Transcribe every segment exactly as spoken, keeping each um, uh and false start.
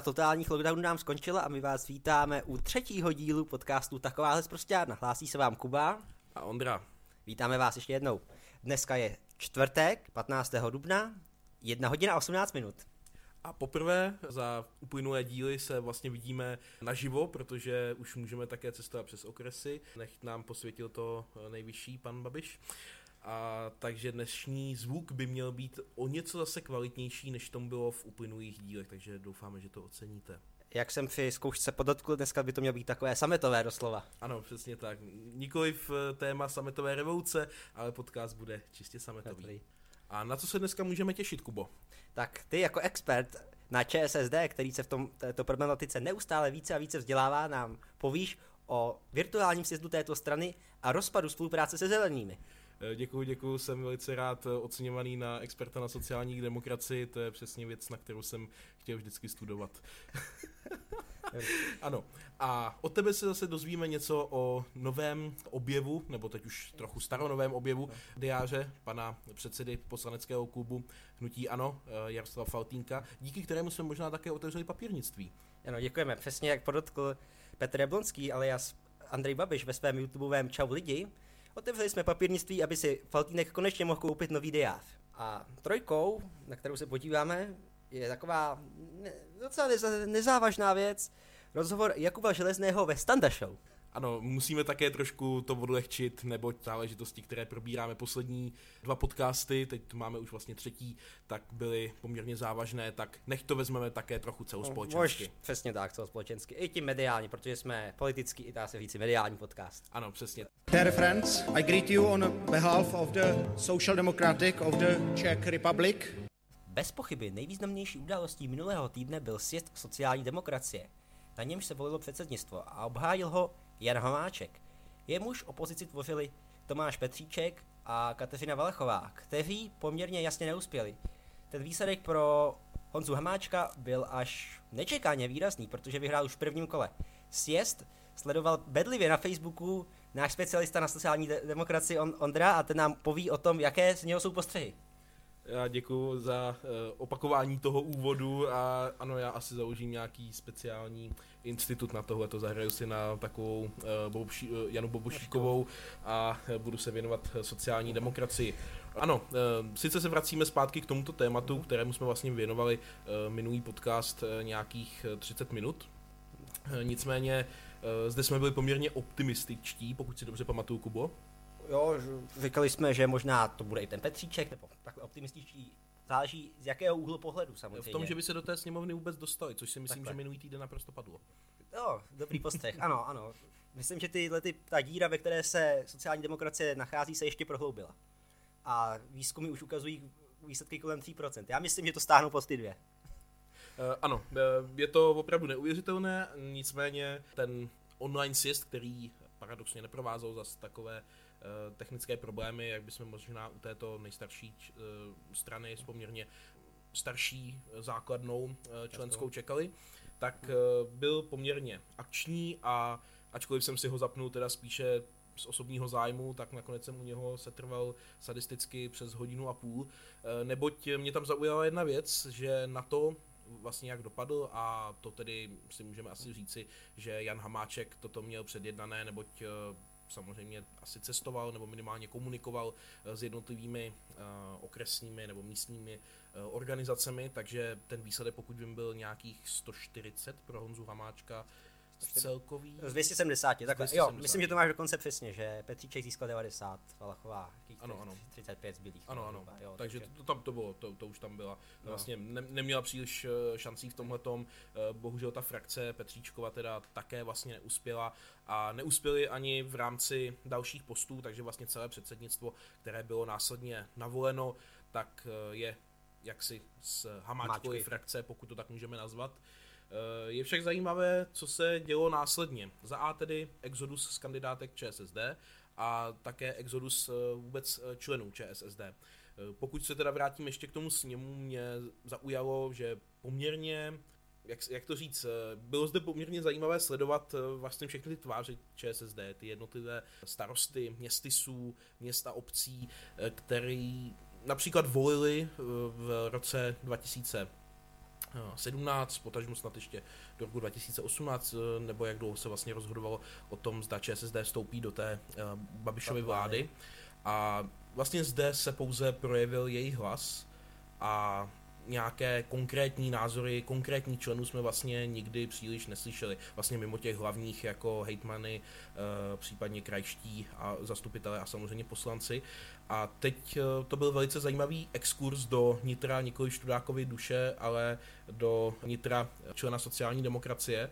Éra totálních lockdownů nám skončila a my vás vítáme u třetího dílu podcastu Takováhle sprosťárna. Hlásí se vám Kuba a Ondra. Vítáme vás ještě jednou. Dneska je čtvrtek, patnáctého dubna, jedna hodina a osmnáct minut. A poprvé za uplynulé díly se vlastně vidíme naživo, protože už můžeme také cestovat přes okresy, nech nám posvětil to nejvyšší pan Babiš. A takže dnešní zvuk by měl být o něco zase kvalitnější, než tomu bylo v uplynulých dílech, takže doufáme, že to oceníte. Jak jsem při zkoušce podotkl, dneska by to mělo být takové sametové doslova. Ano, přesně tak. Nikoliv téma sametové revoluce, ale podcast bude čistě sametový. Dobrý. A na co se dneska můžeme těšit, Kubo? Tak ty jako expert na ČSSD, který se v tom, této problematice neustále více a více vzdělává, nám povíš o virtuálním sjezdu této strany a rozpadu spolupráce se zelenými. Děkuji, děkuji, jsem velice rád oceňovaný na experta na sociální demokracii, to je přesně věc, na kterou jsem chtěl vždycky studovat. Ano, a od tebe se zase dozvíme něco o novém objevu, nebo teď už trochu staronovém objevu diáře pana předsedy poslaneckého klubu Hnutí ANO, Jaroslava Faltýnka, díky kterému jsme možná také otevřeli papírnictví. Ano, děkujeme, přesně jak podotkl Petr Jablonský, alias Andrej Babiš ve svém YouTubeovém Čau lidi. Otevřeli jsme papírnictví, aby si Faltýnek konečně mohl koupit nový diář. A trojkou, na kterou se podíváme, je taková ne, docela neza, nezávažná věc. Rozhovor Jakuba Železného ve Standa Show. Ano, musíme také trošku to odlehčit, neboť záležitosti, které probíráme poslední dva podcasty, teď tu máme už vlastně třetí, tak byly poměrně závažné, tak nech to vezmeme také trochu celospolečensky. No, přesně tak, celospolečensky, i tím mediální, protože jsme politický, i dá se říci mediální podcast. Ano, přesně. Dear friends, I greet you on behalf of the Social Democratic of the Czech Republic. Bez pochyby nejvýznamnější událostí minulého týdne byl sjezd sociální demokracie. Na němž se volilo předsednictvo a obhájil ho Jan Hamáček. Jemuž opozici tvořili Tomáš Petříček a Kateřina Valachová, kteří poměrně jasně neuspěli. Ten výsledek pro Honzu Hamáčka byl až nečekaně výrazný, protože vyhrál už v prvním kole. Sjezd sledoval bedlivě na Facebooku náš specialista na sociální de- demokracii Ondra a ten nám poví o tom, jaké z něho jsou postřehy. Já děkuji za uh, opakování toho úvodu a ano, já asi založím nějaký speciální institut na tohle, to zahraju si na takovou uh, Bobuši, uh, Janu Bobošíkovou a uh, budu se věnovat sociální demokracii. Ano, uh, sice se vracíme zpátky k tomuto tématu, kterému jsme vlastně věnovali uh, minulý podcast uh, nějakých uh, třicet minut, uh, nicméně uh, zde jsme byli poměrně optimističtí, pokud si dobře pamatuju, Kubo. Jo, říkali jsme, že možná to bude i ten Petříček, nebo takhle optimističtí, záleží z jakého úhlu pohledu samozřejmě. V tom, že by se do té sněmovny vůbec dostali, což si myslím, takhle. Že minulý týden naprosto padlo. Jo, dobrý postřeh, ano, ano. Myslím, že tyhle ty, ta díra, ve které se sociální demokracie nachází, se ještě prohloubila. A výzkumy už ukazují výsledky kolem tří procent. Já myslím, že to stáhnou pod ty dvě. Uh, ano, je to opravdu neuvěřitelné, nicméně ten online sjezd, který paradoxně neprovázel zase takové technické problémy, jak bychom možná u této nejstarší č- strany s poměrně starší základnou členskou čekali, tak byl poměrně akční a ačkoliv jsem si ho zapnul teda spíše z osobního zájmu, tak nakonec jsem u něho setrval sadisticky přes hodinu a půl, neboť mě tam zaujala jedna věc, že na to vlastně jak dopadl a to tedy si můžeme asi říci, že Jan Hamáček toto měl předjednané, neboť samozřejmě asi cestoval nebo minimálně komunikoval s jednotlivými uh, okresními nebo místními uh, organizacemi, takže ten výsledek, pokud vím, byl nějakých sto čtyřicet pro Honzu Hamáčka celkový. Z dvě stě sedmdesát, takhle. Jo, myslím, že to máš dokonce přesně, že Petříček získal devadesát, Valachová ano, ano. třicet pět zbylých. Ano, ano, jo, takže takže to tam to bylo, to, to už tam byla. No. Vlastně ne, neměla příliš šancí v tomhletom, bohužel ta frakce Petříčkova teda také vlastně neuspěla a neuspěli ani v rámci dalších postů, takže vlastně celé předsednictvo, které bylo následně navoleno, tak je jaksi z Hamáčkovy frakce, pokud to tak můžeme nazvat. Je však zajímavé, co se dělo následně. Za A tedy exodus z kandidátek ČSSD a také exodus vůbec členů ČSSD. Pokud se teda vrátím ještě k tomu sněmu, mě zaujalo, že poměrně, jak, jak to říct, bylo zde poměrně zajímavé sledovat vlastně všechny ty tváře ČSSD, ty jednotlivé starosty, městysů, měst a obcí, který například volili v roce dva tisíce sedmnáct, potažmo snad ještě do roku dva tisíce osmnáct, nebo jak dlouho se vlastně rozhodovalo o tom, zda ČSSD vstoupí do té Babišovy vlády. A vlastně zde se pouze projevil její hlas a nějaké konkrétní názory, konkrétní členů jsme vlastně nikdy příliš neslyšeli. Vlastně mimo těch hlavních jako hejtmany, případně krajští a zastupitelé a samozřejmě poslanci. A teď to byl velice zajímavý exkurs do nitra nikoli Študákovy duše, ale do nitra člena sociální demokracie,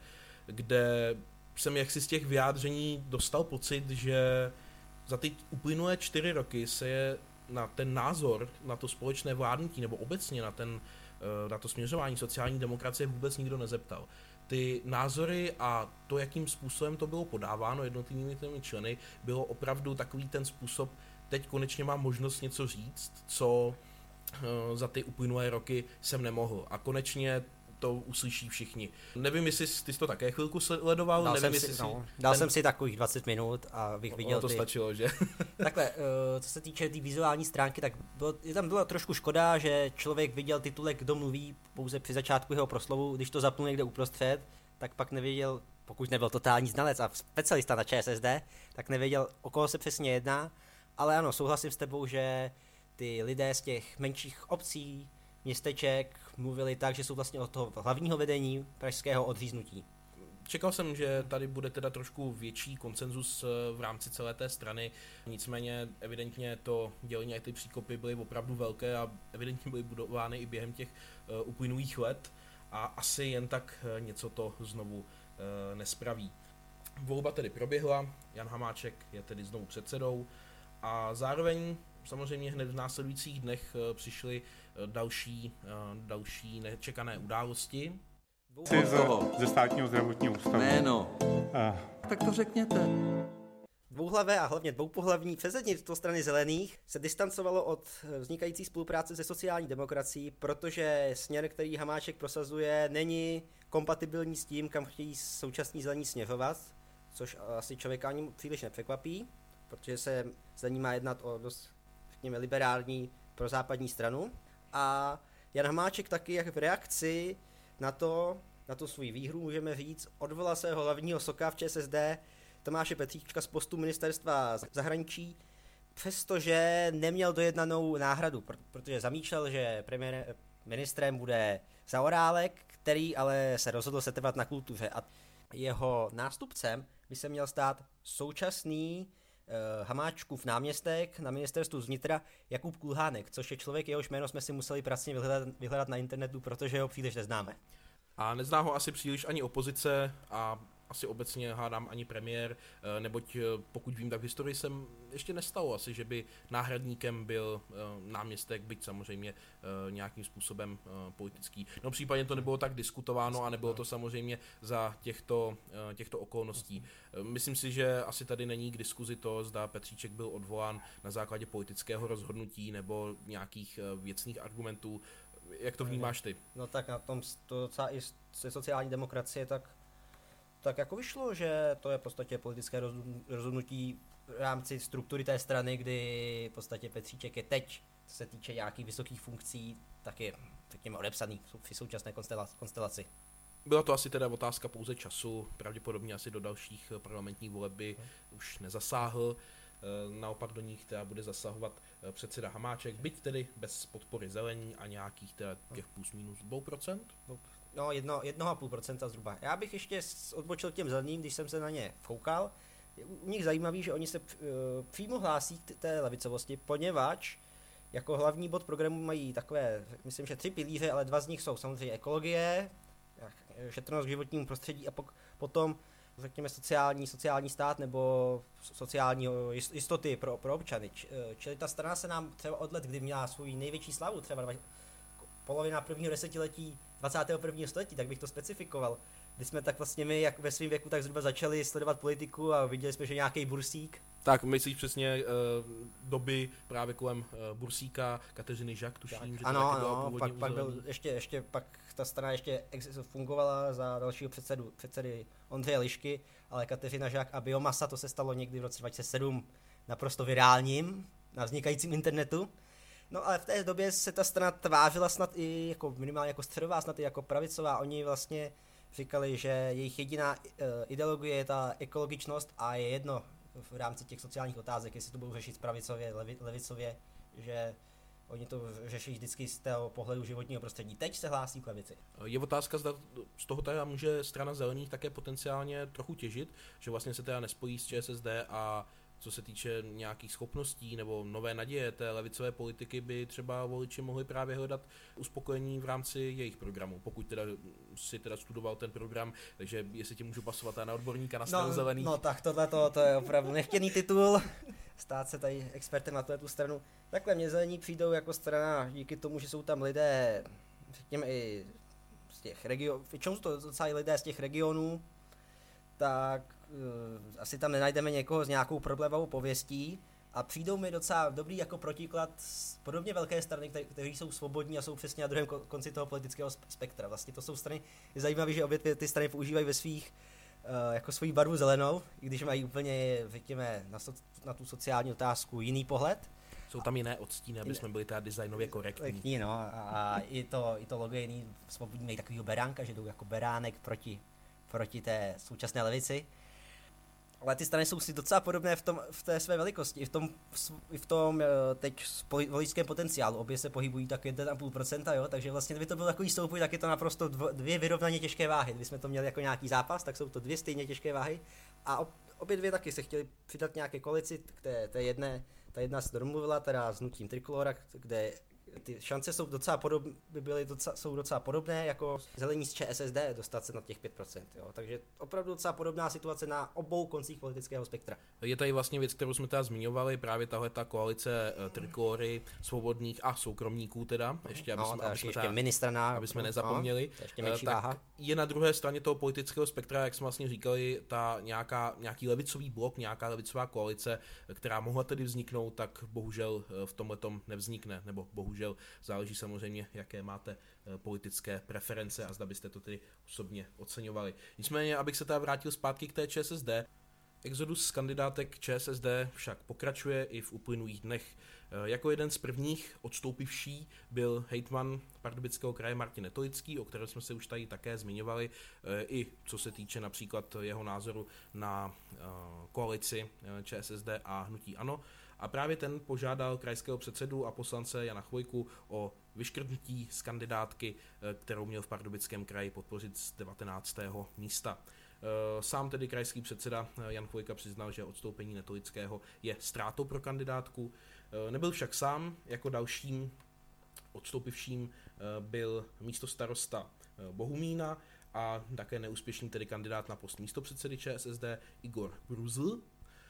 kde jsem jaksi z těch vyjádření dostal pocit, že za ty uplynulé čtyři roky se je na ten názor, na to společné vládnutí nebo obecně na, ten, na to směřování sociální demokracie vůbec nikdo nezeptal. Ty názory a to, jakým způsobem to bylo podáváno jednotlivými těmi členy, bylo opravdu takový ten způsob, teď konečně mám možnost něco říct, co za ty uplynulé roky jsem nemohl. A konečně to uslyší všichni. Nevím, jestli ty jsi to také chvilku sledoval. Dal, nevím, jsem, si, si, no, dal ten... jsem si takových dvacet minut a bych viděl ono to ty... stačilo, že? Takhle, co se týče té tý vizuální stránky, tak bylo, tam byla trošku škoda, že člověk viděl titulek, kdo mluví pouze při začátku jeho proslovu, když to zapnul někde uprostřed, tak pak nevěděl, pokud nebyl totální znalec a specialista na ČSSD, tak nevěděl, o koho se přesně jedná. Ale ano, souhlasím s tebou, že ty lidé z těch menších obcí, městeček mluvili tak, že jsou vlastně od toho hlavního vedení pražského odříznutí. Čekal jsem, že tady bude teda trošku větší konsenzus v rámci celé té strany, nicméně evidentně to dělení a ty příkopy byly opravdu velké a evidentně byly budovány i během těch uh, uplynulých let a asi jen tak něco to znovu uh, nespraví. Volba tedy proběhla, Jan Hamáček je tedy znovu předsedou a zároveň samozřejmě hned v následujících dnech přišly další, další nečekané události. Ze státního zdravotního ústavu. Jméno. Uh. Tak to řekněte. Dvouhlavé a hlavně dvoupohlavní předsednictvo strany Zelených se distancovalo od vznikající spolupráce se sociální demokracií, protože směr, který Hamáček prosazuje, není kompatibilní s tím, kam chtějí současní zelení směřovat, což asi člověka ani příliš nepřekvapí, protože se zelení má jednat o dost, řekněme, liberální prozápadní stranu. A Jan Hamáček taky jak v reakci na to, na tu svou výhru, můžeme říct, odvolal svého hlavního soka v ČSSD Tomáše Petříčka z postu ministerstva zahraničí, přestože neměl dojednanou náhradu, protože zamýšlel, že premiér, ministrem bude Zaorálek, který ale se rozhodl setrvat na kultuře. A jeho nástupcem by se měl stát současný uh, Hamáčkův náměstek na ministerstvu vnitra Jakub Kulhánek, což je člověk, jehož jméno jsme si museli pracně vyhledat, vyhledat na internetu, protože ho příliš neznáme. A nezná ho asi příliš ani opozice a asi obecně hádám ani premiér, neboť pokud vím, tak v historii jsem ještě nestalo asi, že by náhradníkem byl náměstek, byť samozřejmě nějakým způsobem politický. No případně to nebylo tak diskutováno a nebylo to samozřejmě za těchto, těchto okolností. Myslím si, že asi tady není k diskuzi to, zda Petříček byl odvolán na základě politického rozhodnutí nebo nějakých věcných argumentů. Jak to vnímáš ty? No tak na tom to docela i se sociální demokracie tak tak jako vyšlo, že to je v podstatě politické rozhodnutí v rámci struktury té strany, kdy v podstatě Petříček je teď, co se týče nějakých vysokých funkcí, tak je, řekněme, odepsaný v současné konstelaci. Byla to asi teda otázka pouze času, pravděpodobně asi do dalších parlamentních voleb by už nezasáhl, naopak do nich teda bude zasahovat předseda Hamáček, byť tedy bez podpory zelení a nějakých teda těch plus minus dvě procenta. No, jedno, jednoho a půl procenta zhruba. Já bych ještě odbočil k těm zeleným, když jsem se na ně vkoukal. Je u nich zajímavý, že oni se uh, přímo hlásí k té levicovosti, poněvadž jako hlavní bod programu mají takové, myslím, že tři pilíře, ale dva z nich jsou samozřejmě ekologie, šetrnost k životnímu prostředí a pok- potom, řekněme, sociální, sociální stát nebo sociální jistoty pro, pro občany. Č, čili ta strana se nám třeba od let, kdy měla svou největší slavu, třeba polovina prvního desetiletí dvacátého prvního století, tak bych to specifikoval. Kdy jsme tak vlastně my, jak ve svém věku, tak zhruba začali sledovat politiku a viděli jsme, že nějaký Bursík. Tak myslíš přesně uh, doby právě kolem uh, Bursíka, Kateřiny Žak, tuším, tak, že ano, ano, pak, pak byl ještě, ještě, pak ta strana ještě fungovala za dalšího předsedu, předsedy Ondřeje Lišky, ale Kateřina Žák a biomasa, to se stalo někdy v roce dva tisíce sedm naprosto virálním na vznikajícím internetu. No ale v té době se ta strana tvářila snad i jako minimálně jako středová, snad i jako pravicová. Oni vlastně říkali, že jejich jediná uh, ideologie je ta ekologičnost a je jedno v rámci těch sociálních otázek, jestli to budou řešit pravicově, levi, levicově, že oni to řeší vždycky z toho pohledu životního prostředí. Teď se hlásí k levici. Je otázka, zda z toho teda může strana zelených také potenciálně trochu těžit, že vlastně se teda nespojí s ČSSD a co se týče nějakých schopností nebo nové naděje té levicové politiky, by třeba voliči mohli právě hledat uspokojení v rámci jejich programu, pokud teda si teda studoval ten program, takže jestli ti můžu pasovat na odborníka na stranu no, zelených. No tak tohle to je opravdu nechtěný titul, stát se tady expertem na tu stranu. Takhle mě zelení přijdou jako strana díky tomu, že jsou tam lidé, řekněme i z těch regionů, většinou jsou to docela lidé z těch regionů, tak uh, asi tam nenajdeme někoho s nějakou problémovou pověstí a přijdou mi docela dobrý jako protiklad z podobně velké strany, kteří jsou svobodní a jsou přesně na druhém konci toho politického spektra. Vlastně to jsou strany, je zajímavé, že obě ty strany používají ve svých uh, jako svoji barvu zelenou, i když mají úplně, řekněme, na, so, na tu sociální otázku jiný pohled. Jsou tam jiné odstíny, aby jsme byli teda designově korektní. Korektní, no, a, a i to, i to logo je jiný, svobodní mají takovýho beránka, že jdou jako beránek proti proti té současné levici. Ale ty strany jsou si docela podobné v, tom, v té své velikosti, i v tom, i v tom teď voličském potenciálu. Obě se pohybují tak jedna celá pět procenta, jo, takže vlastně kdyby to byl takový souboj, tak je to naprosto dv, dvě vyrovnaně těžké váhy. Kdyby jsme to měli jako nějaký zápas, tak jsou to dvě stejně těžké váhy. A obě dvě taky se chtěli přidat nějaké koalici k té, té jedné, ta jedna se domluvila, teda s hnutím Trikolora, kde ty šance jsou docela podobné, by byly docela, jsou docela podobné jako zelení z ČSSD dostat se na těch pět procent, jo. Takže opravdu docela podobná situace na obou koncích politického spektra. Je tady vlastně věc, kterou jsme teda zmiňovali, právě tahle ta koalice Trikolory, svobodných a soukromníků teda, ještě aby no, jsme, aby ještě, jsme, ještě teda, ministrana, aby jsme nezapomněli, no, ještě menší tak váha. Je na druhé straně toho politického spektra, jak jsme vlastně říkali, ta nějaká, nějaký levicový blok, nějaká levicová koalice, která mohla tedy vzniknout, tak bohužel v tomhletom nevznikne, nebo bohužel záleží samozřejmě, jaké máte politické preference a zda byste to tedy osobně oceňovali. Nicméně, abych se teda vrátil zpátky k té ČSSD, exodus z kandidátek ČSSD však pokračuje i v uplynulých dnech. Jako jeden z prvních odstoupivší byl hejtman Pardubického kraje Martin Netolický, o kterém jsme se už tady také zmiňovali, i co se týče například jeho názoru na koalici ČSSD a hnutí ANO. A právě ten požádal krajského předsedu a poslance Jana Chvojku o vyškrtnutí z kandidátky, kterou měl v Pardubickém kraji podpořit z devatenáctého místa. Sám tedy krajský předseda Jan Chvojka přiznal, že odstoupení Netolického je ztrátou pro kandidátku. Nebyl však sám, jako dalším odstoupivším byl místostarosta Bohumína a také neúspěšný tedy kandidát na post místopředsedy ČSSD Igor Bruzl.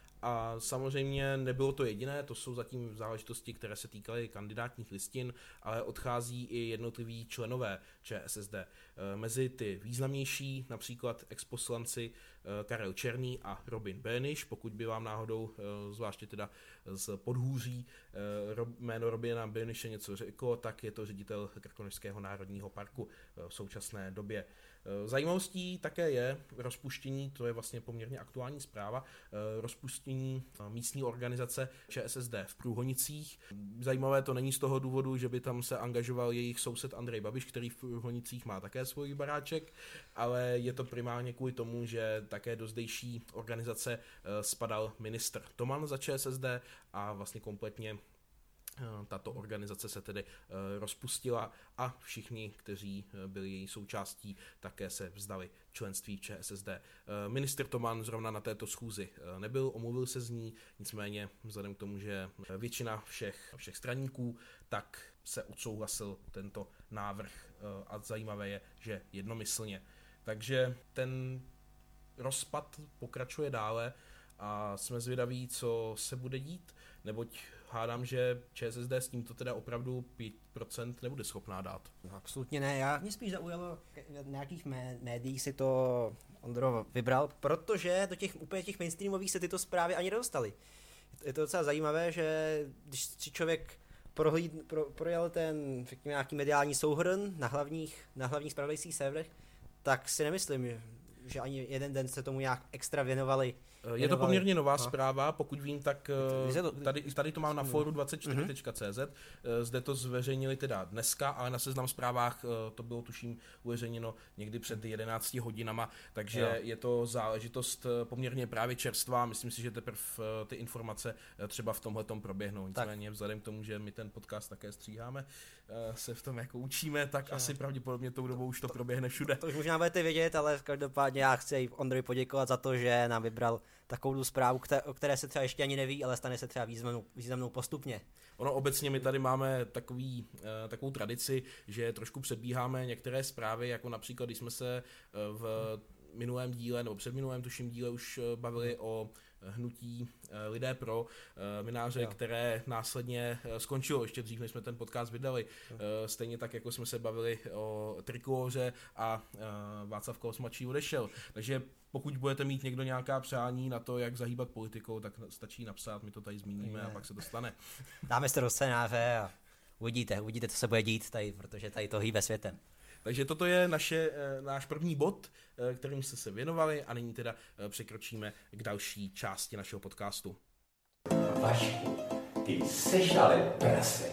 A samozřejmě nebylo to jediné, to jsou zatím záležitosti, které se týkaly kandidátních listin, ale odchází i jednotliví členové ČSSD. Mezi ty významnější například exposlanci Karel Černý a Robin Béniš, pokud by vám náhodou, zvláště teda z Podhůří, jméno Robina Béniše něco řeklo, tak je to ředitel Krkonošského národního parku v současné době. Zajímavostí také je rozpuštění, to je vlastně poměrně aktuální zpráva, rozpuštění místní organizace ČSSD v Průhonicích. Zajímavé to není z toho důvodu, že by tam se angažoval jejich soused Andrej Babiš, který v Průhonicích má také svůj baráček, ale je to primárně kvůli tomu, že také do zdejší organizace spadal ministr Toman za ČSSD a vlastně kompletně tato organizace se tedy rozpustila a všichni, kteří byli její součástí, také se vzdali členství v ČSSD. Ministr Toman zrovna na této schůzi nebyl, omluvil se z ní, nicméně vzhledem k tomu, že většina všech, všech straníků, tak se odsouhlasil tento návrh a zajímavé je, že jednomyslně. Takže ten rozpad pokračuje dále a jsme zvědaví, co se bude dít, neboť hádám, že ČSSD s tímto teda opravdu pět procent nebude schopná dát. No, absolutně ne, já mě spíš zaujalo, v nějakých mé- médiích si to Ondro vybral, protože do těch úplně těch mainstreamových se tyto zprávy ani nedostaly. Je to docela zajímavé, že když si člověk prohlíd, pro, projel ten, řekněme, nějaký mediální souhrn na hlavních, na hlavních zpravodajských serverech, tak si nemyslím, že ani jeden den se tomu nějak extra věnovali Je to poměrně nová no. zpráva, pokud vím, tak tady, tady to mám na foru dvacet čtyři tečka cé zet, zde to zveřejnili teda dneska, ale na Seznam Zprávách to bylo tuším uveřejněno někdy před jedenácti hodinama, takže jo. Je to záležitost poměrně právě čerstvá, myslím si, že teprve ty informace třeba v tomhletom proběhnou, nicméně vzhledem k tomu, že my ten podcast také stříháme, se v tom jako učíme, tak jo. Asi pravděpodobně tou dobou už to proběhne všude. To už možná budete vědět, ale každopádně já chci Ondrovi poděkovat za to, že nám vybral takovou zprávu, o které se třeba ještě ani neví, ale stane se třeba významnou, významnou postupně. Ono obecně my tady máme takový, takovou tradici, že trošku předbíháme některé zprávy, jako například, když jsme se v minulém díle, nebo předminulém tuším díle už bavili o hnutí Lidé pro mináře, jo. Které následně skončilo ještě dřív, než jsme ten podcast vydali. Jo. Stejně tak, jako jsme se bavili o Trikóře a Václav Klaus mladší odešel. Takže pokud budete mít někdo nějaká přání na to, jak zahýbat politikou, tak stačí napsat, my to tady zmíníme je. A pak se to stane. Dáme se do scénáře a uvidíte, uvidíte, co se bude dít tady, protože tady to hýbe světem. Takže toto je naše, náš první bod, kterým jste se věnovali a nyní teda překročíme k další části našeho podcastu. Vašku, ty seš ale prase.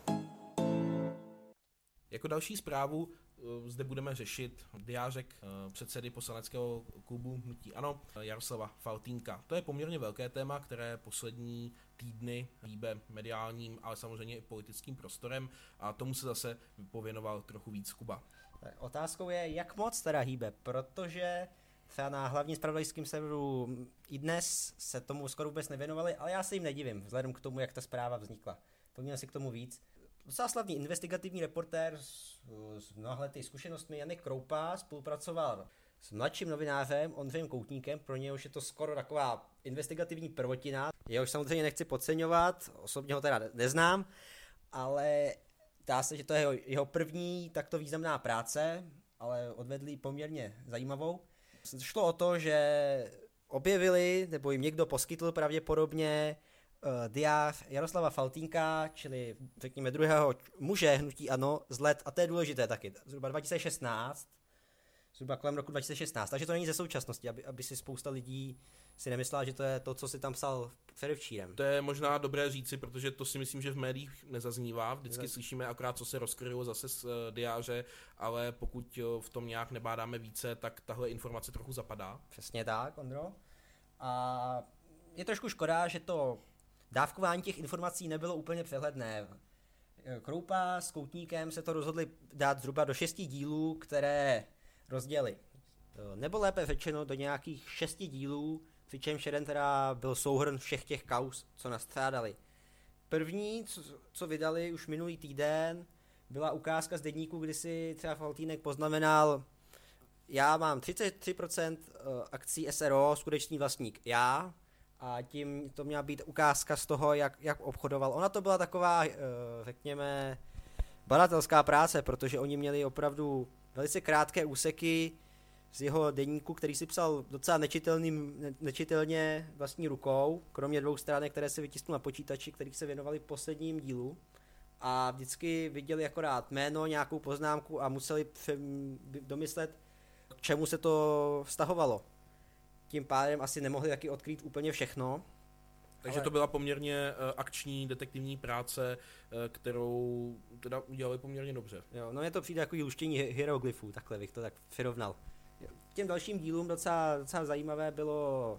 Jako další zprávu zde budeme řešit diářek předsedy poslaneckého klubu Hnutí ANO Jaroslava Faltýnka. To je poměrně velké téma, které poslední týdny hýbe mediálním, ale samozřejmě i politickým prostorem a tomu se zase pověnoval trochu víc Kuba. Otázkou je, jak moc teda hýbe, protože třeba na hlavním zpravodajském serveru i dnes se tomu skoro vůbec nevěnovali, ale já se jim nedivím, vzhledem k tomu, jak ta zpráva vznikla. Poměl si k tomu víc. Docela slavný investigativní reportér s, s mnoha lety zkušenostmi Janek Kroupa spolupracoval s mladším novinářem Ondřejem Koutníkem, pro něhož je to skoro taková investigativní prvotina. Jehož samozřejmě nechci podceňovat, osobně ho teda neznám, ale dá se, že to je jeho, jeho první takto významná práce, ale odvedli poměrně zajímavou. Šlo o to, že objevili, nebo jim někdo poskytl pravděpodobně uh, diář Jaroslava Faltýnka, čili řekněme druhého muže hnutí ANO z let, a to je důležité taky, zhruba dva tisíce šestnáct, zhruba kolem roku dva tisíce šestnáct, takže to není ze současnosti, aby, aby si spousta lidí si nemyslela, že to je to, co si tam psal předevčírem. To je možná dobré říci, protože to si myslím, že v médiích nezaznívá. Vždycky ne. Slyšíme akorát, co se rozkrylo zase z uh, diáře, ale pokud uh, v tom nějak nebádáme více, tak tahle informace trochu zapadá. Přesně tak, Ondro. A je trošku škoda, že to dávkování těch informací nebylo úplně přehledné. Kroupa s Koutníkem se to rozhodli dát zhruba do šesti dílů, které rozdělili. Nebo lépe řečeno do nějakých šesti dílů, přičemž jeden teda byl souhrn všech těch kauz, co nastřádali. První, co, co vydali už minulý týden, byla ukázka z deníku, kdy si třeba Faltýnek poznamenal: já mám třicet tři procent akcí S R O, skutečný vlastník já, a tím to měla být ukázka z toho, jak, jak obchodoval. Ona to byla taková, řekněme, badatelská práce, protože oni měli opravdu velice krátké úseky z jeho deníku, který si psal docela nečitelným, nečitelně vlastní rukou, kromě dvou stránek, které se vytisknul na počítači, kterých se věnovali v posledním dílu. A vždycky viděli akorát jméno, nějakou poznámku a museli domyslet, k čemu se to vztahovalo. Tím pádem asi nemohli taky odkrýt úplně všechno. Takže ale to byla poměrně uh, akční detektivní práce, uh, kterou teda udělali poměrně dobře. Jo, no je to přijde jako luštění hieroglyfů, takhle bych to tak přirovnal. Těm dalším dílům docela, docela zajímavé bylo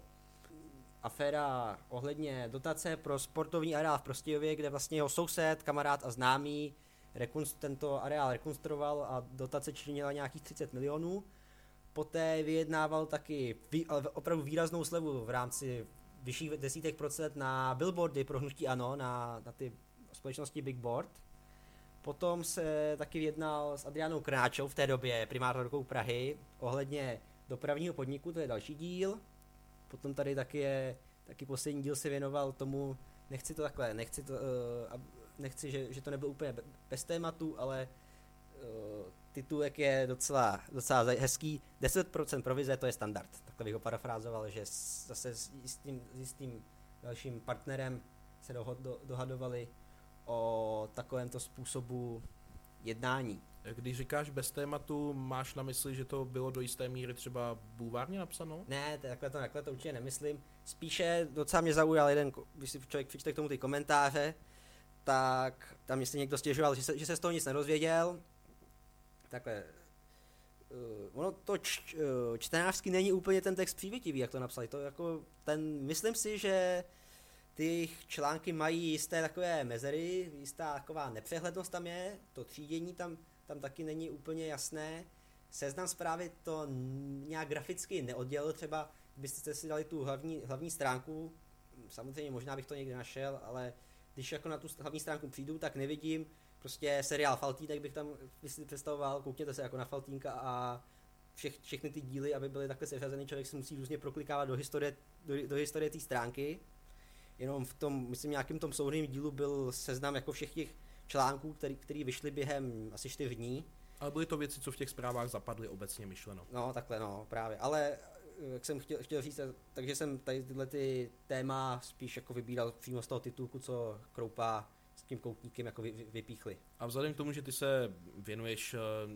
aféra ohledně dotace pro sportovní areál v Prostějově, kde vlastně jeho soused, kamarád a známý rekonstru- tento areál rekonstruoval a dotace činila nějakých třicet milionů. Poté vyjednával taky vý, opravdu výraznou slevu v rámci vyšších desítek procent na billboardy pro hnutí ANO, na, na ty společnosti Big Board. Potom se taky vyjednal s Adriánou Krnáčou, v té době primátorkou Prahy, ohledně dopravního podniku, to je další díl. Potom tady taky je, taky poslední díl se věnoval tomu, nechci to takhle, nechci, to, uh, nechci že, že to nebylo úplně bez tématu, ale uh, titulek je docela, docela hezký. deset procent provize, to je standard. Takhle bych ho parafrázoval, že zase s jistým, s jistým dalším partnerem se dohod, do, dohadovali o takovémto způsobu jednání. Když říkáš bez tématu, máš na mysli, že to bylo do jisté míry třeba bulvárně napsáno? Ne, takhle to, takhle to určitě nemyslím. Spíše docela mě zaujal jeden, když si člověk přečte k tomu ty komentáře, tak tam jestli někdo stěžoval, že se, že se z toho nic nedozvěděl. Takhle, uh, ono to č, uh, čtenářsky není úplně ten text přívětivý, jak to napsali. To jako ten, myslím si, že ty články mají jisté takové mezery, jistá taková nepřehlednost tam je, to třídění tam, tam taky není úplně jasné. Seznam zprávy to nějak graficky neoddělil, třeba kdybyste si dali tu hlavní, hlavní stránku, samozřejmě možná bych to někde našel, ale když jako na tu hlavní stránku přijdu, tak nevidím prostě seriál Faltýnek bych tam si představoval, koukněte se jako na Faltýnka a všech, všechny ty díly, aby byly takhle seřazeny, člověk se musí různě proklikávat do historie, do, do historie té stránky. Jenom v tom, myslím, nějakým tom souhrnném dílu byl seznam jako všech těch článků, který, který vyšly během asi čtyř dní. Ale byly to věci, co v těch zprávách zapadly obecně myšleno. No, takhle no, právě. Ale jak jsem chtěl, chtěl říct, takže jsem tady tyhle ty téma spíš jako vybíral přímo z toho titulku, co Kroupa s tím koutníkem jako vy, vy, vypíchli. A vzhledem k tomu, že ty se věnuješ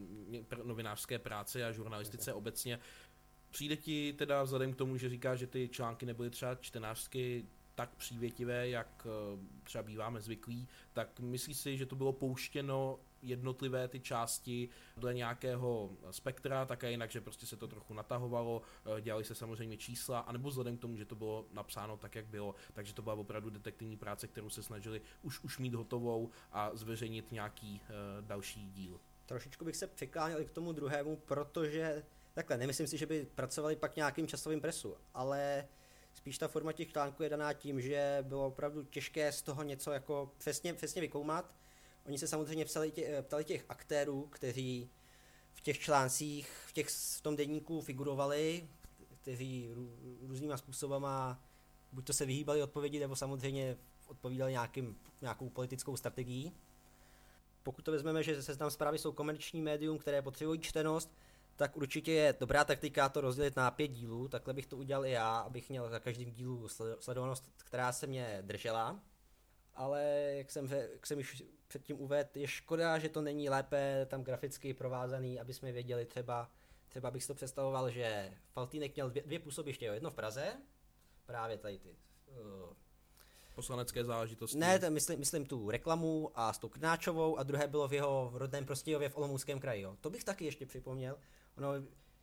uh, novinářské práci a žurnalistice okay. obecně, přijde ti teda vzhledem k tomu, že říkáš, že ty články nebyly třeba čtenářsky tak přívětivé, jak třeba býváme zvyklí, tak myslíš si, že to bylo pouštěno jednotlivé ty části dle nějakého spektra, také jinak, že prostě se to trochu natahovalo, dělali se samozřejmě čísla, anebo vzhledem k tomu, že to bylo napsáno tak, jak bylo, takže to byla opravdu detektivní práce, kterou se snažili už, už mít hotovou a zveřejnit nějaký uh, další díl. Trošičku bych se přikláněl i k tomu druhému, protože takhle, nemyslím si, že by pracovali pak nějakým časovým presu, ale spíš ta forma těch článků je daná tím, že bylo opravdu těžké z toho něco jako přesně, přesně vykoumat. Oni se samozřejmě psali tě, ptali těch aktérů, kteří v těch článcích, v, těch, v tom deníku figurovali, kteří rů, různýma způsobama buď to se vyhýbali odpovědi, nebo samozřejmě odpovídali nějakým, nějakou politickou strategií. Pokud to vezmeme, že seznam zprávy jsou komerční médium, které potřebují čtenost, tak určitě je dobrá taktika to rozdělit na pět dílů, takhle bych to udělal i já, abych měl za každým dílu sledovanost, která se mě držela. Ale jak jsem, jak jsem již předtím uvedl, je škoda, že to není lépe tam graficky provázaný, aby jsme věděli třeba, třeba bych si to představoval, že Faltýnek měl dvě, dvě působiště, jo, jedno v Praze, právě tady ty uh, poslanecké záležitosti. Ne, to myslím, myslím tu reklamu a s tou Krnáčovou a druhé bylo v jeho rodném Prostějově v Olomouckém kraji. Jo. To bych taky ještě připomněl. Ono,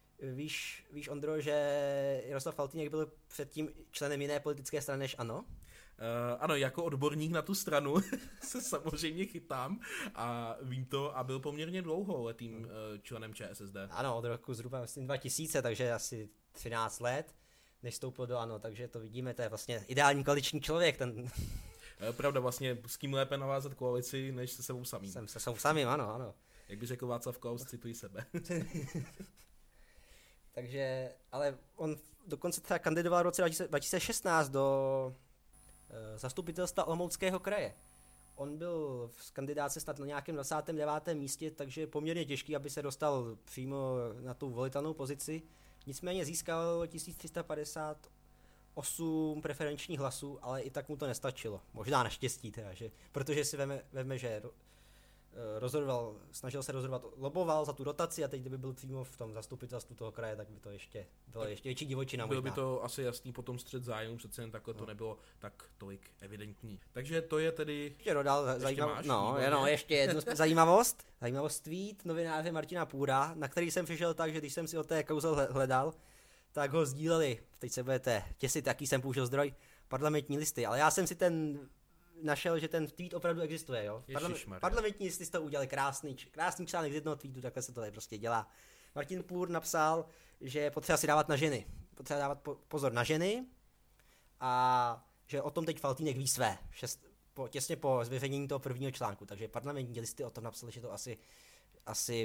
víš, víš, Ondro, že Jaroslav Faltýnek byl předtím členem jiné politické strany než ANO? Uh, ano, jako odborník na tu stranu se samozřejmě chytám a vím to a byl poměrně dlouholetým uh, členem ČSSD. Ano, od roku zhruba myslím dva tisíce, takže asi třináct let, než vstoupil do ANO, takže to vidíme, to je vlastně ideální koaliční člověk. Ten... Pravda, vlastně s kým lépe navázat koalici, než se sebou samým. Jsem se sebou samým, ano, ano. Jak by řekl Václav Klaus, cituji sebe. Takže, ale on dokonce třeba kandidoval v roce dva tisíce šestnáct do zastupitelstva Olomouckého kraje. On byl v kandidáce snad na nějakém dvacátém devátém místě, takže poměrně těžký, aby se dostal přímo na tu volitelnou pozici. Nicméně získal tisíc tři sta padesát osm preferenčních hlasů, ale i tak mu to nestačilo. Možná naštěstí teda, že, protože si veme, veme že rozhodoval, snažil se rozhodovat, loboval za tu rotaci a teď kdyby byl přímo v tom zastupitelstvu toho kraje, tak by to ještě bylo ještě větší divočina možná. Bylo by to asi jasný potom střed zájmu, přece jen takhle no. To nebylo tak tolik evidentní. Takže to je tedy... Ještě dodal zajímavost, no, no, ještě jednu zajímavost. Zajímavost tweet novináře Martina Půra, na který jsem přišel tak, že když jsem si o té kauze hledal, tak ho sdíleli, teď se budete těsit, jaký jsem použil zdroj, Parlamentní listy, ale já jsem si ten našel, že ten tweet opravdu existuje, jo. Parla- parlamentní listy to udělali krásný, krásný článek z jednoho tweetu, takhle se to tady prostě dělá. Martin Půr napsal, že je potřeba si dávat na ženy, potřeba dávat po- pozor na ženy a že o tom teď Faltýnek ví své, šest, po, těsně po zveřejnění toho prvního článku, takže parlamentní listy o tom napsali, že to asi, asi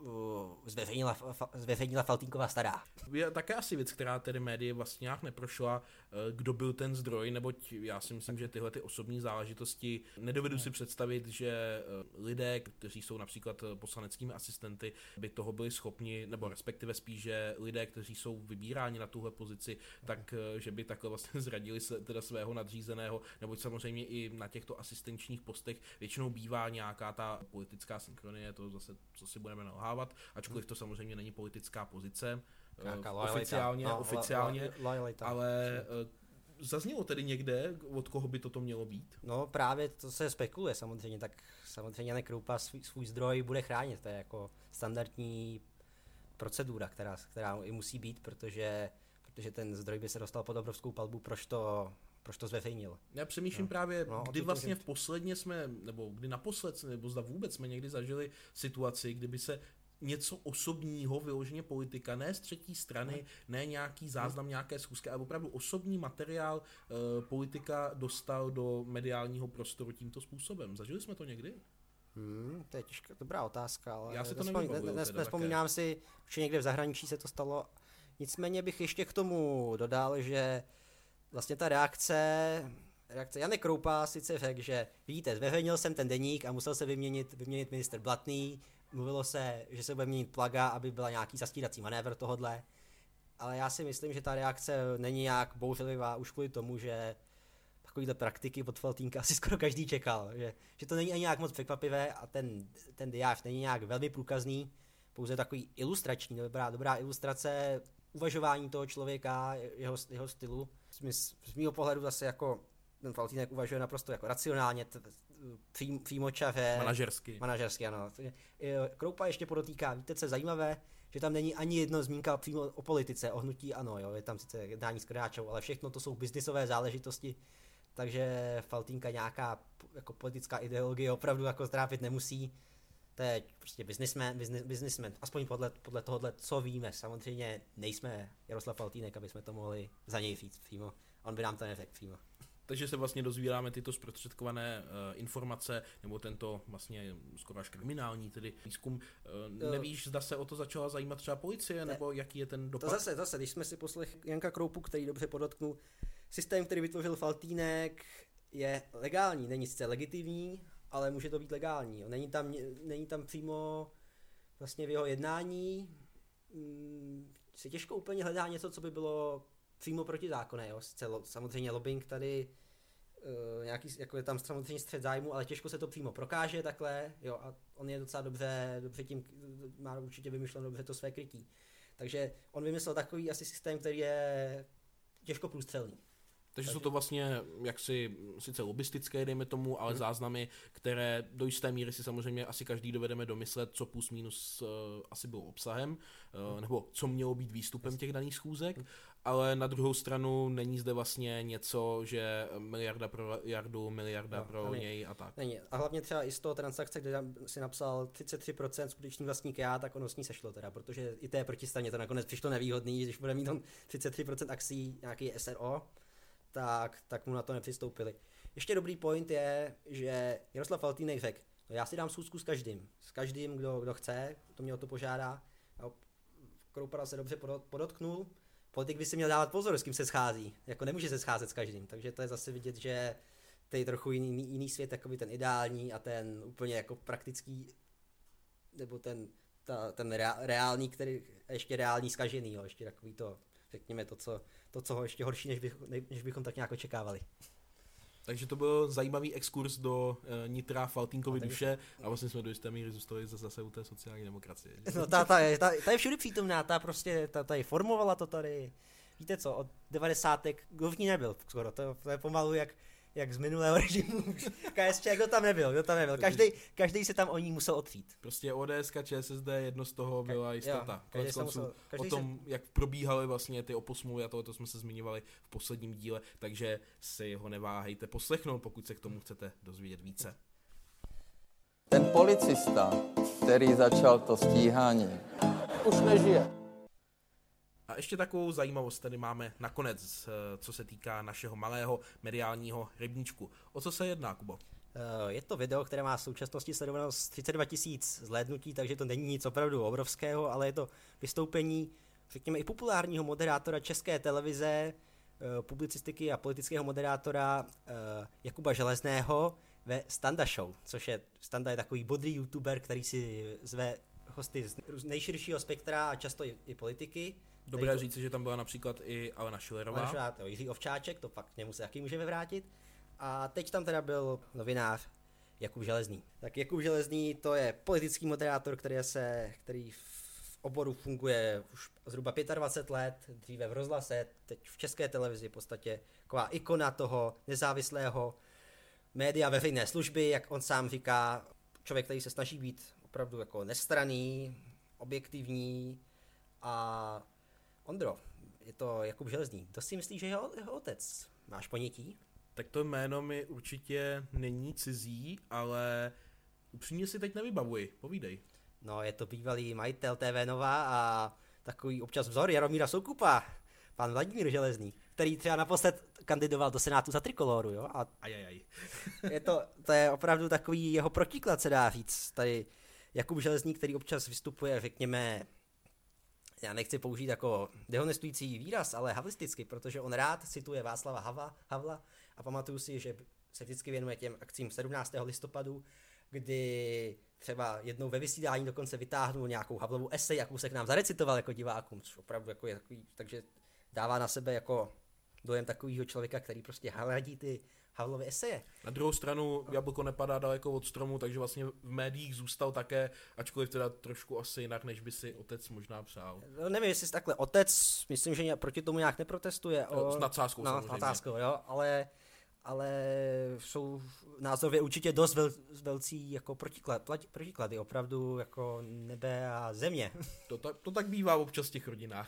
zveřejnila, fa, zveřejnila Faltýnková stará. Je také asi věc, která tedy médii vlastně nějak neprošla, kdo byl ten zdroj, neboť já si myslím, že tyhle ty osobní záležitosti nedovedu si představit, že lidé, kteří jsou například poslaneckými asistenty, by toho byli schopni, nebo respektive spíš, že lidé, kteří jsou vybíráni na tuhle pozici, tak že by takhle vlastně zradili se, teda svého nadřízeného, neboť samozřejmě i na těchto asistenčních postech většinou bývá nějaká ta politická synchronie, to zase, co si budeme nalhávat, ačkoliv to samozřejmě není politická pozice, oficiálně, no, oficiálně, lojalita. Ale zaznělo tedy někde, od koho by toto mělo být? No právě to se spekuluje samozřejmě, tak samozřejmě Jan Kroupa svůj, svůj zdroj bude chránit, to je jako standardní procedura, která, která i musí být, protože, protože ten zdroj by se dostal pod obrovskou palbu, proč to, proč to zveřejnil. Já přemýšlím no. právě, no, kdy vlastně v posledně jsme, nebo kdy naposled, nebo zda vůbec jsme někdy zažili situaci, kdyby se něco osobního, vyloženě politika, ne z třetí strany, ne nějaký záznam, nějaké schůzky, ale opravdu osobní materiál e, politika dostal do mediálního prostoru tímto způsobem. Zažili jsme to někdy? Hmm, to je těžká, dobrá otázka, ale já si to nevybavuju. Nespomínám si, že někde v zahraničí se to stalo. Nicméně bych ještě k tomu dodal, že vlastně ta reakce, reakce Jan Kroupa sice řekl, že vidíte, zveřejnil jsem ten deník a musel se vyměnit, vyměnit ministr Blatný. Mluvilo se, že se bude měnit Plaga, aby byla nějaký zastírací manévr tohodle, ale já si myslím, že ta reakce není nějak bouřlivá už kvůli tomu, že takovýhle praktiky od Faltýnka asi skoro každý čekal, že, že to není ani nějak moc překvapivé a ten, ten diář není nějak velmi průkazný, pouze takový ilustrační, dobrá, dobrá ilustrace uvažování toho člověka, jeho, jeho stylu. Z, z mýho pohledu zase jako ten Faltýnek uvažuje naprosto jako racionálně, přímočaře. Manažersky. Manažersky, ano. Kroupa ještě podotýká, víte, co je zajímavé, že tam není ani jedno zmínka přímo o politice, o hnutí ANO, jo, je tam sice jednání s Krnáčou, ale všechno to jsou biznisové záležitosti, takže Faltýnka nějaká jako politická ideologie opravdu jako trápit nemusí. To je prostě businessman, business, businessman, aspoň podle, podle tohohle, co víme. Samozřejmě nejsme Jaroslav Faltýnek, aby jsme to mohli za něj říct přímo. On by nám to neřekl přímo. Takže se vlastně dozvídáme tyto zprostředkované uh, informace, nebo tento vlastně skoro až kriminální tedy výzkum. Uh, nevíš, zda se o to začala zajímat třeba policie, ne, nebo jaký je ten dopad? To zase, zase, když jsme si poslechli Janka Kroupu, který dobře podotknul, systém, který vytvořil Faltýnek, je legální, není sice legitimní, ale může to být legální. Není tam, není tam přímo vlastně v jeho jednání, mm, se těžko úplně hledá něco, co by bylo přímo protizákonné, jo. Sice lo, samozřejmě lobbying tady, uh, nějaký, jako je tam samozřejmě střet zájmu, ale těžko se to přímo prokáže takhle, jo, a on je docela dobře, dobře tím, má určitě vymyšleno dobře to své krytí. Takže on vymyslel takový asi systém, který je těžko průstřelný. Takže jsou to vlastně jaksi sice lobistické, dejme tomu, ale hmm. záznamy, které do jisté míry si samozřejmě asi každý dovedeme domyslet, co plus minus uh, asi bylo obsahem, uh, nebo co mělo být výstupem těch daných schůzek, hmm. ale na druhou stranu není zde vlastně něco, že miliarda pro Jardu, miliarda no, pro není, něj a tak. Není. A hlavně třeba i z toho transakce, kde si napsal třicet tři procent skutečný vlastník já, tak ono s ní sešlo teda, protože i té protistraně to nakonec přišlo nevýhodný, když bude mít on třicet tři procent akcí nějaký S R O, tak, tak mu na to nepřistoupili. Ještě dobrý point je, že Jaroslav Faltýnek řekl, no já si dám schůzku s každým, s každým, kdo, kdo chce, to mě o to požádá. A Kroupa se dobře podotknul, politik by si měl dávat pozor, s kým se schází, jako nemůže se scházet s každým, takže to je zase vidět, že to je trochu jiný, jiný svět, takový ten ideální a ten úplně jako praktický, nebo ten, ta, ten reálný, který ještě reální zkažený, jo, ještě takový to, řekněme to, co, to, co ještě horší, než, bych, než bychom tak nějak očekávali. Takže to byl zajímavý exkurs do uh, nitra Faltýnkovy no, duše a vlastně jsme do jisté míry zůstali zase u té sociální demokracie. No ta, ta, je, ta, ta je všude přítomná, ta prostě, ta, ta je formovala to tady. Víte co, od devadesátek kdo v ní nebyl skoro, to, to je pomalu jak, jak z minulého režimu. K S Č, kdo tam nebyl, kdo tam nebyl, každý, každý se tam o ní musel otřít. Prostě O D S K, Č S S D, jedno z toho byla jistota. Konec konců o tom, se... jak probíhaly vlastně ty oposmluvy a tohle jsme se zmiňovali v posledním díle, takže si ho neváhejte poslechnout, pokud se k tomu chcete dozvědět více. Ten policista, který začal to stíhání, už nežije. A ještě takovou zajímavost tady máme nakonec, co se týká našeho malého mediálního rybníčku. O co se jedná, Kubo? Je to video, které má v současnosti sledovanost třicet dva tisíc zhlédnutí, takže to není nic opravdu obrovského, ale je to vystoupení, řekněme, i populárního moderátora České televize, publicistiky a politického moderátora Jakuba Železného ve Standa Show, což je, Standa je takový bodrý youtuber, který si zve hosty z nejširšího spektra a často i, i politiky. Dobré říci, že tam byla například i Alena Schillerová. Alena Schillerová, Jiří Ovčáček, to pak k němu se taky můžeme vrátit. A teď tam teda byl novinář Jakub Železný. Tak Jakub Železný to je politický moderátor, který, se, který v oboru funguje už zhruba dvacet pět let, dříve v rozhlase, teď v České televizi, v podstatě taková ikona toho nezávislého média veřejné služby, jak on sám říká, člověk, který se snaží být opravdu jako nestranný, objektivní. A Ondro, je to Jakub Železný. Kdo si myslí, že je jeho, jeho otec? Máš ponětí? Tak to jméno mi určitě není cizí, ale upřímně si teď nevybavuji. Povídej. No, je to bývalý majitel T V Nova a takový občas vzor Jaromíra Soukupa, pan Vladimír Železný, který třeba naposled kandidoval do Senátu za Trikoloru, jo? A Ajajaj. je to, to je opravdu takový jeho protiklad, se dá říct. Tady Jakub Železný, který občas vystupuje, řekněme, já nechci použít jako dehonestující výraz, ale havlisticky, protože on rád cituje Václava Havla, Havla a pamatuju si, že se vždycky věnuje těm akcím sedmnáctého listopadu, kdy třeba jednou ve vysílání dokonce vytáhnul nějakou Havlovu esej, jakou se k nám zarecitoval jako divákům, což opravdu jako je takový, takže dává na sebe jako dojem takového člověka, který prostě hladí ty Havlovy eseje. Na druhou stranu jablko nepadá daleko od stromu, takže vlastně v médiích zůstal také, ačkoliv teda trošku asi jinak, než by si otec možná přál. No, nevím, jestli takhle otec, myslím, že proti tomu nějak neprotestuje. O, s nadsázkou no, samozřejmě. S nadsázkou, jo, ale, ale jsou názorově určitě dost vel, velcí jako protiklad, protiklady, opravdu jako nebe a země. To, ta, to tak bývá občas v těch rodinách.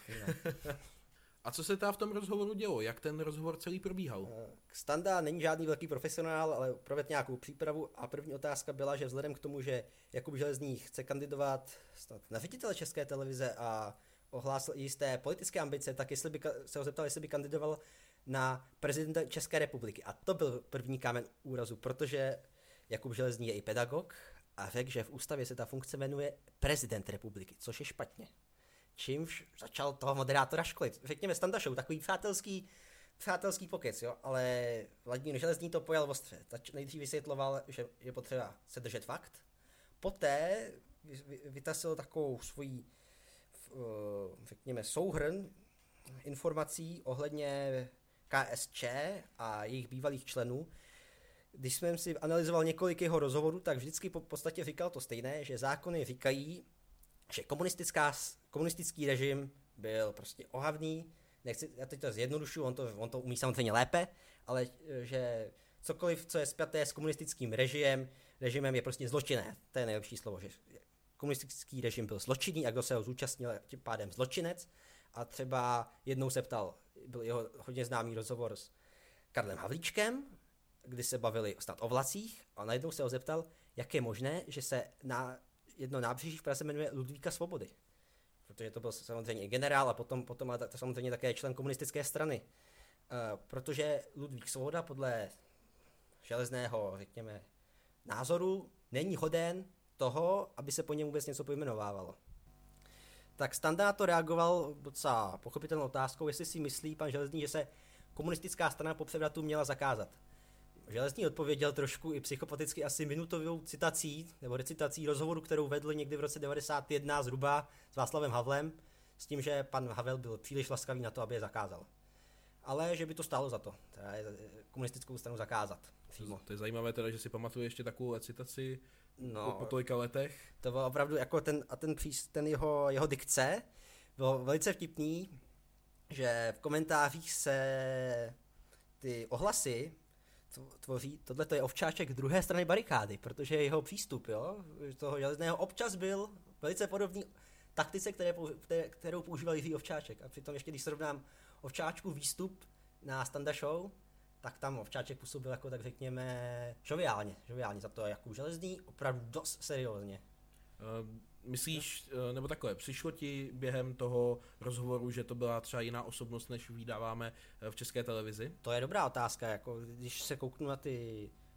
A co se teda v tom rozhovoru dělo? Jak ten rozhovor celý probíhal? Standa není žádný velký profesionál, ale provedl nějakou přípravu a první otázka byla, že vzhledem k tomu, že Jakub Železný chce kandidovat na ředitele České televize a ohlásil jisté politické ambice, tak jestli by se ho zeptal, jestli by kandidoval na prezidenta České republiky. A to byl první kámen úrazu, protože Jakub Železný je i pedagog a řekl, že v ústavě se ta funkce jmenuje prezident republiky, což je špatně. Čímž začal toho moderátora školit. Řekněme Standa Show, takový přátelský, přátelský pokec, jo, ale Vladimír Železný to pojal ostře. Nejdřív vysvětloval, že je potřeba se držet fakt. Poté vytasil takovou svoji, řekněme, souhrn informací ohledně K S Č a jejich bývalých členů. Když jsem si analyzoval několik jeho rozhovorů, tak vždycky po podstatě říkal to stejné, že zákony říkají, že komunistická, komunistický režim byl prostě ohavný, nechci, já teď to zjednodušuju, on to, on to umí samozřejmě lépe, ale že cokoliv, co je spjaté s komunistickým režimem, režimem je prostě zločinné, to je nejlepší slovo, že komunistický režim byl zločinný a kdo se ho zúčastnil, tím pádem zločinec. A třeba jednou se ptal, byl jeho hodně známý rozhovor s Karlem Havlíčkem, kdy se bavili snad o vlacích a najednou se ho zeptal, jak je možné, že se na jedno nábřeží v Praze jmenuje Ludvíka Svobody. Protože to byl samozřejmě i generál a potom, potom ale to samozřejmě také člen komunistické strany. Uh, protože Ludvík Svoboda podle Železného, řekněme, názoru není hoden toho, aby se po něm vůbec něco pojmenovávalo. Tak Standa to reagoval docela pochopitelnou otázkou, jestli si myslí pan Železný, že se komunistická strana po převratu měla zakázat. Železný odpověděl trošku i psychopaticky asi minutovou citací nebo recitací rozhovoru, kterou vedl někdy v roce devadesát jedna zhruba s Václavem Havlem, s tím, že pan Havel byl příliš laskavý na to, aby je zakázal. Ale že by to stálo za to, teda komunistickou stranu zakázat přímo. To je zajímavé teda, že si pamatuje ještě takovou citaci no, po, po tolika letech. To bylo opravdu jako ten, a ten, příš, ten jeho, jeho dikce bylo velice vtipný, že v komentářích se ty ohlasy tvoří, tohle to je Ovčáček druhé strany barikády, protože jeho přístup, jo, toho Železného občas byl velice podobný taktice, které, kterou používal Jiří Ovčáček. A přitom ještě, když srovnám Ovčáčku výstup na Standa Show, tak tam Ovčáček působil jako, tak řekněme, žoviálně, žoviálně za to Jakub Železný, opravdu dost seriózně. Uh, myslíš, uh, nebo takhle, přišlo ti během toho rozhovoru, že to byla třeba jiná osobnost, než vydáváme v České televizi? To je dobrá otázka, jako když se kouknu na ty,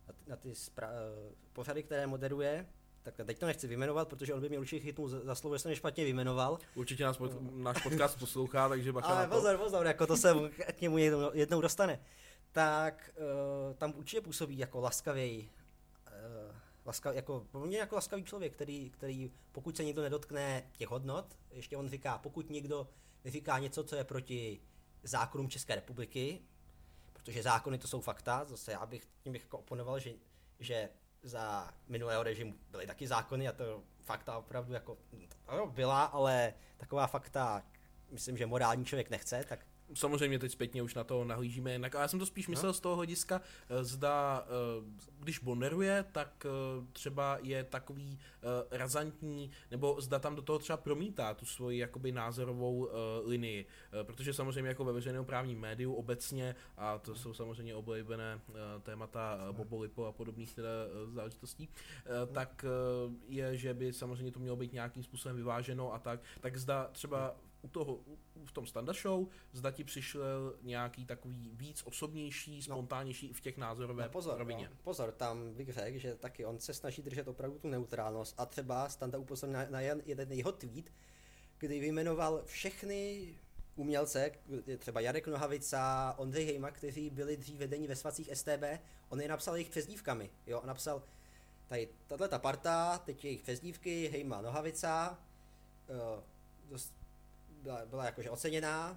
na ty, na ty spra- pořady, které moderuje, tak teď to nechci vyjmenovat, protože on by mě určitě chytnul za, za slovo, že jsem je špatně vyjmenoval. Určitě nás pod, náš podcast poslouchá, takže bacha Ale na to. pozor, pozor, jako to se k němu jednou, jednou dostane. Tak uh, tam určitě působí jako laskavý, uh, laskav, jako, mě jako laskavý člověk, který, který pokud se někdo nedotkne těch hodnot, ještě on říká, pokud někdo neříká něco, co je proti zákonům České republiky, protože zákony to jsou fakta, zase já bych tím bych jako oponoval, že, že za minulého režimu byly taky zákony a to fakta opravdu jako no, byla, ale taková fakta, myslím, že morální člověk nechce, tak Samozřejmě teď zpětně už na to nahlížíme jinak, ale já jsem to spíš myslel z toho hlediska, zda, když bonneruje, tak třeba je takový razantní, nebo zda tam do toho třeba promítá tu svoji jakoby názorovou linii, protože samozřejmě jako ve veřejnoprávním médiu obecně, a to jsou samozřejmě oblíbené témata Bobo Lipo a podobných teda záležitostí, tak je, že by samozřejmě to mělo být nějakým způsobem vyváženo a tak, tak zda třeba u toho, v tom Standa Show, zda ti přišel nějaký takový víc osobnější, spontánnější no. v těch názorové no pozor, rovině. No, pozor, tam bych řekl, že taky on se snaží držet opravdu tu neutrálnost a třeba Standa upozornil na, na jeden jeho tweet, kdy vyjmenoval všechny umělce, třeba Jarek Nohavica, Ondřej Hejma, kteří byli dřív vedení ve svacích S T B, on je napsal jejich přezdívkami, jo, napsal tady tato parta, teď jejich přezdívky, Hejma, Nohavica, uh, dost Byla, byla jakože oceněná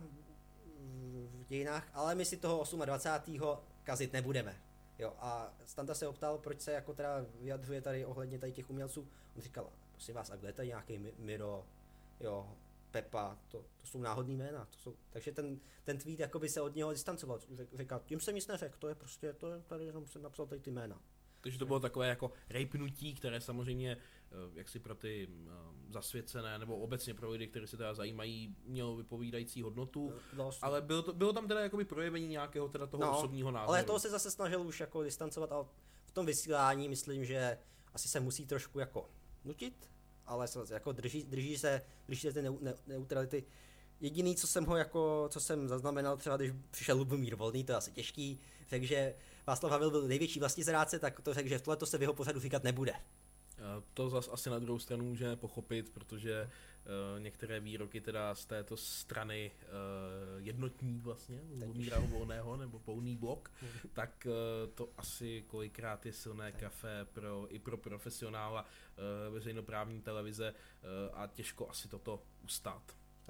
v dějinách, ale my si toho dvacátého osmého kazit nebudeme. Jo, a Standa se optal, proč se jako teda vyjadřuje tady ohledně tady těch umělců. On říkal, prosím vás, a kdo je tady nějaký Miro, jo, Pepa, to, to jsou náhodný jména. To jsou, takže ten, ten tweet jakoby se od něho distancoval. Říkal, tím jsem nic neřekl, to je prostě, to je, tady jenom jsem napsal tady ty jména. Takže to bylo takové jako rejpnutí, které samozřejmě jak si pro ty zasvěcené nebo obecně pro lidi, kteří se teda zajímají, mělo vypovídající hodnotu, no, ale bylo, to, bylo tam teda jakoby projevení nějakého teda toho no, osobního názoru. Ale toho se zase snažil už jako distancovat a v tom vysílání myslím, že asi se musí trošku jako nutit, ale jako drží, drží se, drží se ty ne, ne, neutrality. Jediný, co jsem ho jako, co jsem zaznamenal třeba, když přišel Lubomír Volný, to je asi těžký, řekl, že Václav Havel byl největší vlastizrádce, tak to řekl, že tohle to se v jeho pořadu říkat nebude. To zas asi na druhou stranu můžeme pochopit, protože uh, některé výroky teda z této strany uh, jednotní vlastně, Lubomíra Volného nebo Pouný blok, tak uh, to asi kolikrát je silné kafe pro, i pro profesionála uh, veřejnoprávní televize uh, a těžko asi toto ustát.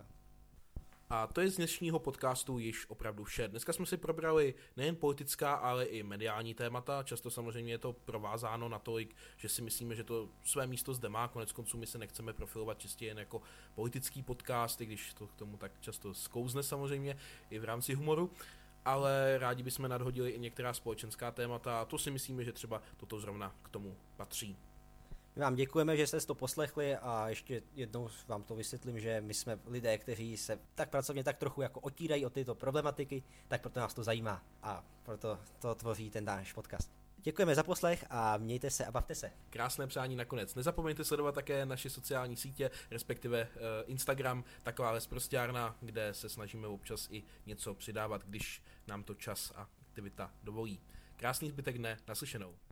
A to je z dnešního podcastu již opravdu vše. Dneska jsme si probrali nejen politická, ale i mediální témata. Často samozřejmě je to provázáno natolik, že si myslíme, že to své místo zde má. Konec konců my se nechceme profilovat čistě jen jako politický podcast, i když to k tomu tak často sklouzne samozřejmě i v rámci humoru. Ale rádi bychom nadhodili i některá společenská témata a to si myslíme, že třeba toto zrovna k tomu patří. My vám děkujeme, že jste to poslechli a ještě jednou vám to vysvětlím, že my jsme lidé, kteří se tak pracovně tak trochu jako otírají od této problematiky, tak proto nás to zajímá a proto to tvoří ten náš podcast. Děkujeme za poslech a mějte se a bavte se. Krásné přání nakonec. Nezapomeňte sledovat také naše sociální sítě, respektive uh, Instagram, taková lesprostěrna, kde se snažíme občas i něco přidávat, když nám to čas a aktivita dovolí. Krásný zbytek dne, naslyšenou.